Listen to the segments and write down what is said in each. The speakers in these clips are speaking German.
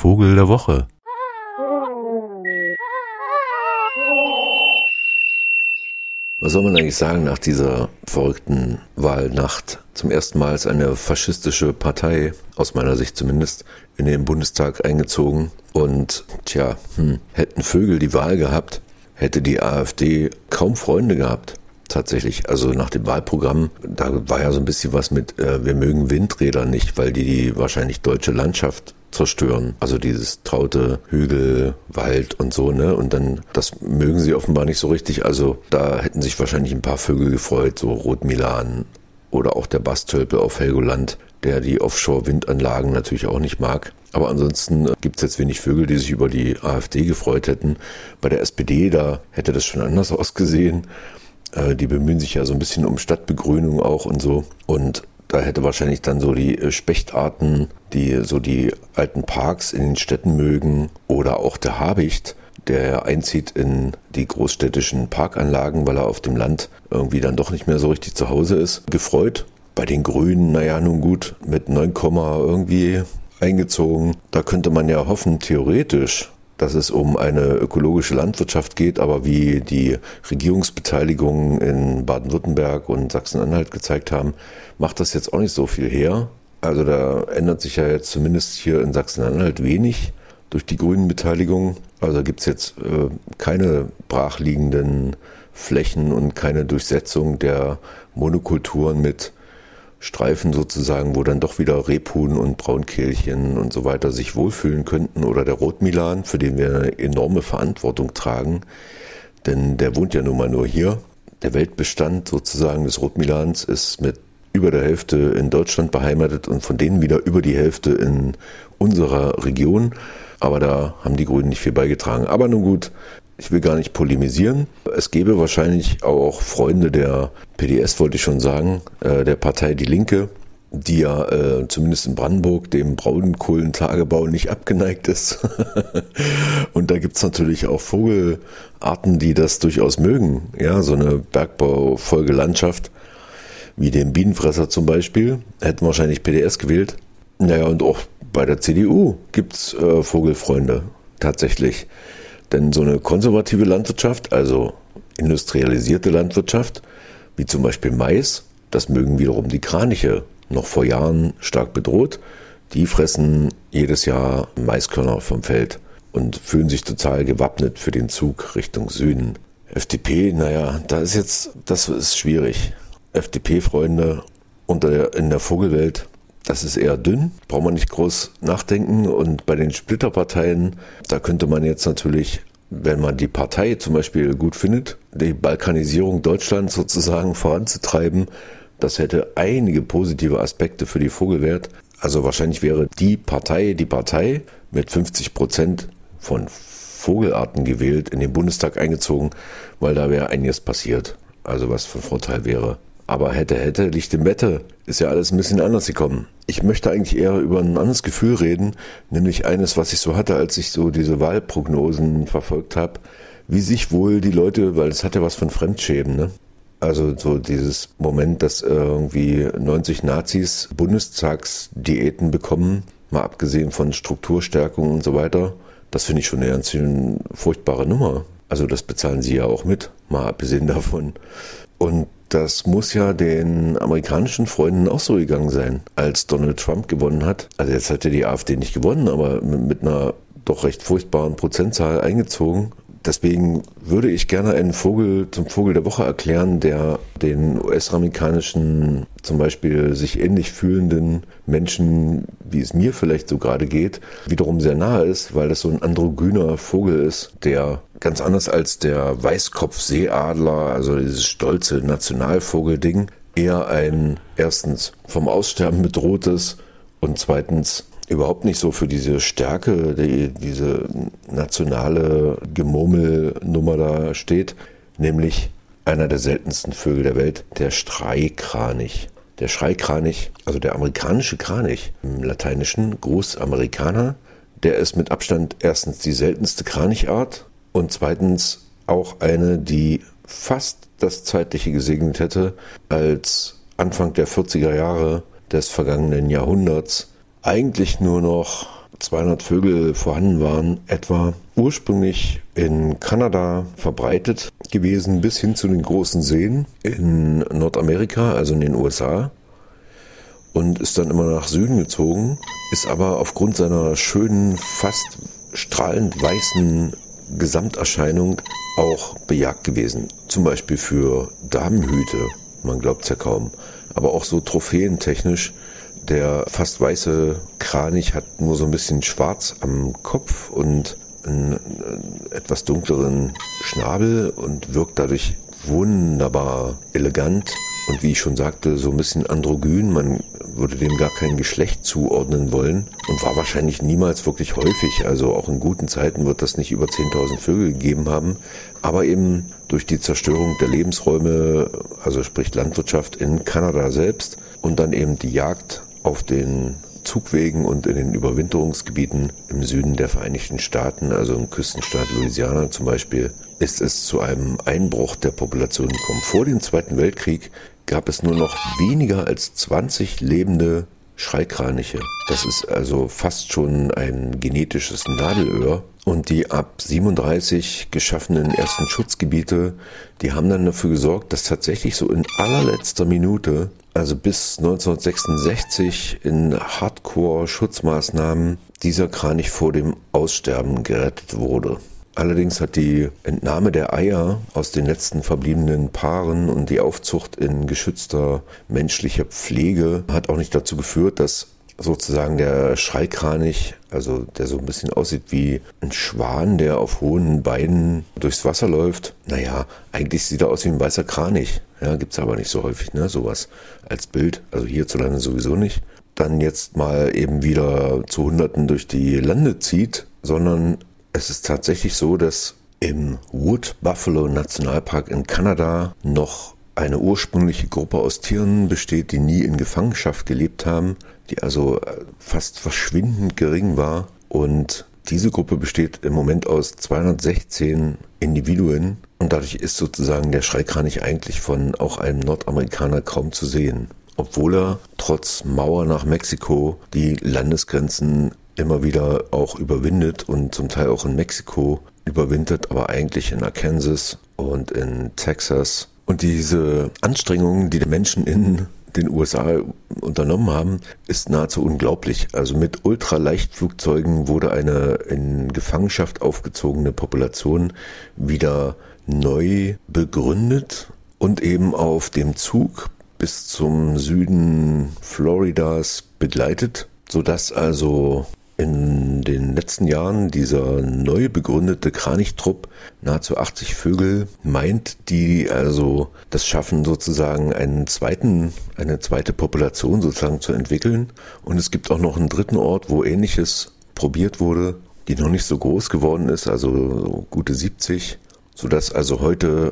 Vogel der Woche. Was soll man eigentlich sagen nach dieser verrückten Wahlnacht? Zum ersten Mal ist eine faschistische Partei, aus meiner Sicht zumindest, in den Bundestag eingezogen. Und hätten Vögel die Wahl gehabt, hätte die AfD kaum Freunde gehabt. Tatsächlich, also nach dem Wahlprogramm, da war ja so ein bisschen was mit, wir mögen Windräder nicht, weil die wahrscheinlich deutsche Landschaft zerstören. Also dieses traute Hügel, Wald und so, ne? Und dann, das mögen sie offenbar nicht so richtig. Also da hätten sich wahrscheinlich ein paar Vögel gefreut, so Rotmilan oder auch der Bastölpel auf Helgoland, der die Offshore-Windanlagen natürlich auch nicht mag. Aber ansonsten gibt es jetzt wenig Vögel, die sich über die AfD gefreut hätten. Bei der SPD, da hätte das schon anders ausgesehen. Die bemühen sich ja so ein bisschen um Stadtbegrünung auch und so. Und da hätte wahrscheinlich dann so die Spechtarten, die so die alten Parks in den Städten mögen, oder auch der Habicht, der einzieht in die großstädtischen Parkanlagen, weil er auf dem Land irgendwie dann doch nicht mehr so richtig zu Hause ist, gefreut. Bei den Grünen, naja, nun gut, mit 9, irgendwie eingezogen. Da könnte man ja hoffen, theoretisch, dass es um eine ökologische Landwirtschaft geht, aber wie die Regierungsbeteiligungen in Baden-Württemberg und Sachsen-Anhalt gezeigt haben, macht das jetzt auch nicht so viel her. Also da ändert sich ja jetzt zumindest hier in Sachsen-Anhalt wenig durch die grünen Beteiligung. Also gibt es jetzt keine brachliegenden Flächen und keine Durchsetzung der Monokulturen mit Streifen sozusagen, wo dann doch wieder Rebhuhn und Braunkehlchen und so weiter sich wohlfühlen könnten, oder der Rotmilan, für den wir eine enorme Verantwortung tragen, denn der wohnt ja nun mal nur hier. Der Weltbestand sozusagen des Rotmilans ist mit über der Hälfte in Deutschland beheimatet und von denen wieder über die Hälfte in unserer Region, aber da haben die Grünen nicht viel beigetragen. Aber nun gut, ich will gar nicht polemisieren. Es gäbe wahrscheinlich auch Freunde der PDS, wollte ich schon sagen, der Partei Die Linke, die ja zumindest in Brandenburg dem Braunkohlentagebau nicht abgeneigt ist. Und da gibt es natürlich auch Vogelarten, die das durchaus mögen. Ja, so eine Bergbaufolgelandschaft wie den Bienenfresser zum Beispiel, hätten wahrscheinlich PDS gewählt. Naja, und auch bei der CDU gibt es Vogelfreunde tatsächlich. Denn so eine konservative Landwirtschaft, also industrialisierte Landwirtschaft, wie zum Beispiel Mais, das mögen wiederum die Kraniche, noch vor Jahren stark bedroht. Die fressen jedes Jahr Maiskörner vom Feld und fühlen sich total gewappnet für den Zug Richtung Süden. FDP, naja, das ist schwierig. FDP-Freunde in der Vogelwelt, das ist eher dünn, braucht man nicht groß nachdenken. Und bei den Splitterparteien, da könnte man jetzt natürlich, wenn man die Partei zum Beispiel gut findet, die Balkanisierung Deutschlands sozusagen voranzutreiben, das hätte einige positive Aspekte für die Vogelwelt. Also wahrscheinlich wäre die Partei mit 50% von Vogelarten gewählt, in den Bundestag eingezogen, weil da wäre einiges passiert, also was von Vorteil wäre. Aber hätte, Licht im Bette, ist ja alles ein bisschen anders gekommen. Ich möchte eigentlich eher über ein anderes Gefühl reden, nämlich eines, was ich so hatte, als ich so diese Wahlprognosen verfolgt habe, wie sich wohl die Leute, weil es hat ja was von Fremdschämen, ne? Also so dieses Moment, dass irgendwie 90 Nazis Bundestagsdiäten bekommen, mal abgesehen von Strukturstärkung und so weiter, das finde ich schon eine ganz schön furchtbare Nummer. Also das bezahlen sie ja auch mit, mal abgesehen davon. Und das muss ja den amerikanischen Freunden auch so gegangen sein, als Donald Trump gewonnen hat. Also jetzt hat ja die AfD nicht gewonnen, aber mit einer doch recht furchtbaren Prozentzahl eingezogen. Deswegen würde ich gerne einen Vogel zum Vogel der Woche erklären, der den US-amerikanischen, zum Beispiel sich ähnlich fühlenden Menschen, wie es mir vielleicht so gerade geht, wiederum sehr nahe ist, weil das so ein androgyner Vogel ist, der ganz anders als der Weißkopfseeadler, also dieses stolze Nationalvogelding, eher ein erstens vom Aussterben bedrohtes und zweitens überhaupt nicht so für diese Stärke, diese nationale Gemurmelnummer da steht, nämlich einer der seltensten Vögel der Welt, der Streikranich. Der Streikranich, also der amerikanische Kranich, im Lateinischen Grus americana, der ist mit Abstand erstens die seltenste Kranichart und zweitens auch eine, die fast das Zeitliche gesegnet hätte, als Anfang der 40er Jahre des vergangenen Jahrhunderts eigentlich nur noch 200 Vögel vorhanden waren, etwa ursprünglich in Kanada verbreitet gewesen, bis hin zu den großen Seen in Nordamerika, also in den USA, und ist dann immer nach Süden gezogen, ist aber aufgrund seiner schönen, fast strahlend weißen Gesamterscheinung auch bejagt gewesen. Zum Beispiel für Damenhüte, man glaubt es ja kaum, aber auch so trophäentechnisch. Der fast weiße Kranich hat nur so ein bisschen schwarz am Kopf und einen etwas dunkleren Schnabel und wirkt dadurch wunderbar elegant und wie ich schon sagte, so ein bisschen androgyn. Man würde dem gar kein Geschlecht zuordnen wollen und war wahrscheinlich niemals wirklich häufig. Also auch in guten Zeiten wird das nicht über 10.000 Vögel gegeben haben. Aber eben durch die Zerstörung der Lebensräume, also sprich Landwirtschaft in Kanada selbst und dann eben die Jagd auf den Zugwegen und in den Überwinterungsgebieten im Süden der Vereinigten Staaten, also im Küstenstaat Louisiana zum Beispiel, ist es zu einem Einbruch der Population gekommen. Vor dem Zweiten Weltkrieg gab es nur noch weniger als 20 lebende Schreikraniche. Das ist also fast schon ein genetisches Nadelöhr. Und die ab 37 geschaffenen ersten Schutzgebiete, die haben dann dafür gesorgt, dass tatsächlich so in allerletzter Minute, also bis 1966 in Hardcore-Schutzmaßnahmen, dieser Kranich vor dem Aussterben gerettet wurde. Allerdings hat die Entnahme der Eier aus den letzten verbliebenen Paaren und die Aufzucht in geschützter menschlicher Pflege hat auch nicht dazu geführt, dass sozusagen der Schreikranich, also der so ein bisschen aussieht wie ein Schwan, der auf hohen Beinen durchs Wasser läuft. Naja, eigentlich sieht er aus wie ein weißer Kranich. Ja, gibt's aber nicht so häufig, ne, sowas als Bild. Also hierzulande sowieso nicht. Dann jetzt mal eben wieder zu Hunderten durch die Lande zieht, sondern es ist tatsächlich so, dass im Wood Buffalo Nationalpark in Kanada noch eine ursprüngliche Gruppe aus Tieren besteht, die nie in Gefangenschaft gelebt haben, die also fast verschwindend gering war. Und diese Gruppe besteht im Moment aus 216 Individuen und dadurch ist sozusagen der Schreikranich eigentlich von auch einem Nordamerikaner kaum zu sehen, obwohl er trotz Mauer nach Mexiko die Landesgrenzen immer wieder auch überwindet und zum Teil auch in Mexiko überwintert, aber eigentlich in Arkansas und in Texas. Und diese Anstrengungen, die die Menschen in den USA unternommen haben, ist nahezu unglaublich. Also mit Ultraleichtflugzeugen wurde eine in Gefangenschaft aufgezogene Population wieder neu begründet und eben auf dem Zug bis zum Süden Floridas begleitet, sodass also in den letzten Jahren dieser neu begründete Kranichtrupp nahezu 80 Vögel meint, die also das schaffen, sozusagen eine zweite Population sozusagen zu entwickeln. Und es gibt auch noch einen dritten Ort, wo Ähnliches probiert wurde, die noch nicht so groß geworden ist, also so gute 70, sodass also heute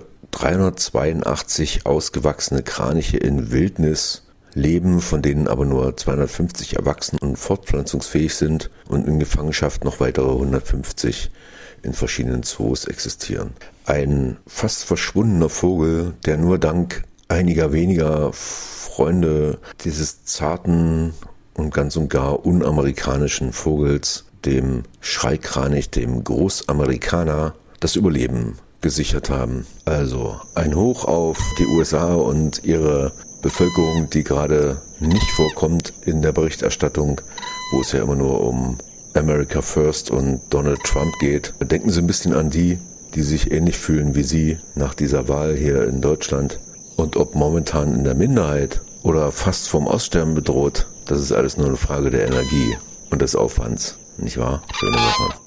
382 ausgewachsene Kraniche in Wildnis leben, von denen aber nur 250 erwachsen und fortpflanzungsfähig sind und in Gefangenschaft noch weitere 150 in verschiedenen Zoos existieren. Ein fast verschwundener Vogel, der nur dank einiger weniger Freunde dieses zarten und ganz und gar unamerikanischen Vogels, dem Schreikranich, dem Großamerikaner, das Überleben gesichert haben. Also ein Hoch auf die USA und ihre Bevölkerung, die gerade nicht vorkommt in der Berichterstattung, wo es ja immer nur um America First und Donald Trump geht. Denken Sie ein bisschen an die sich ähnlich fühlen wie Sie nach dieser Wahl hier in Deutschland. Und ob momentan in der Minderheit oder fast vom Aussterben bedroht, das ist alles nur eine Frage der Energie und des Aufwands. Nicht wahr? Schöne Woche.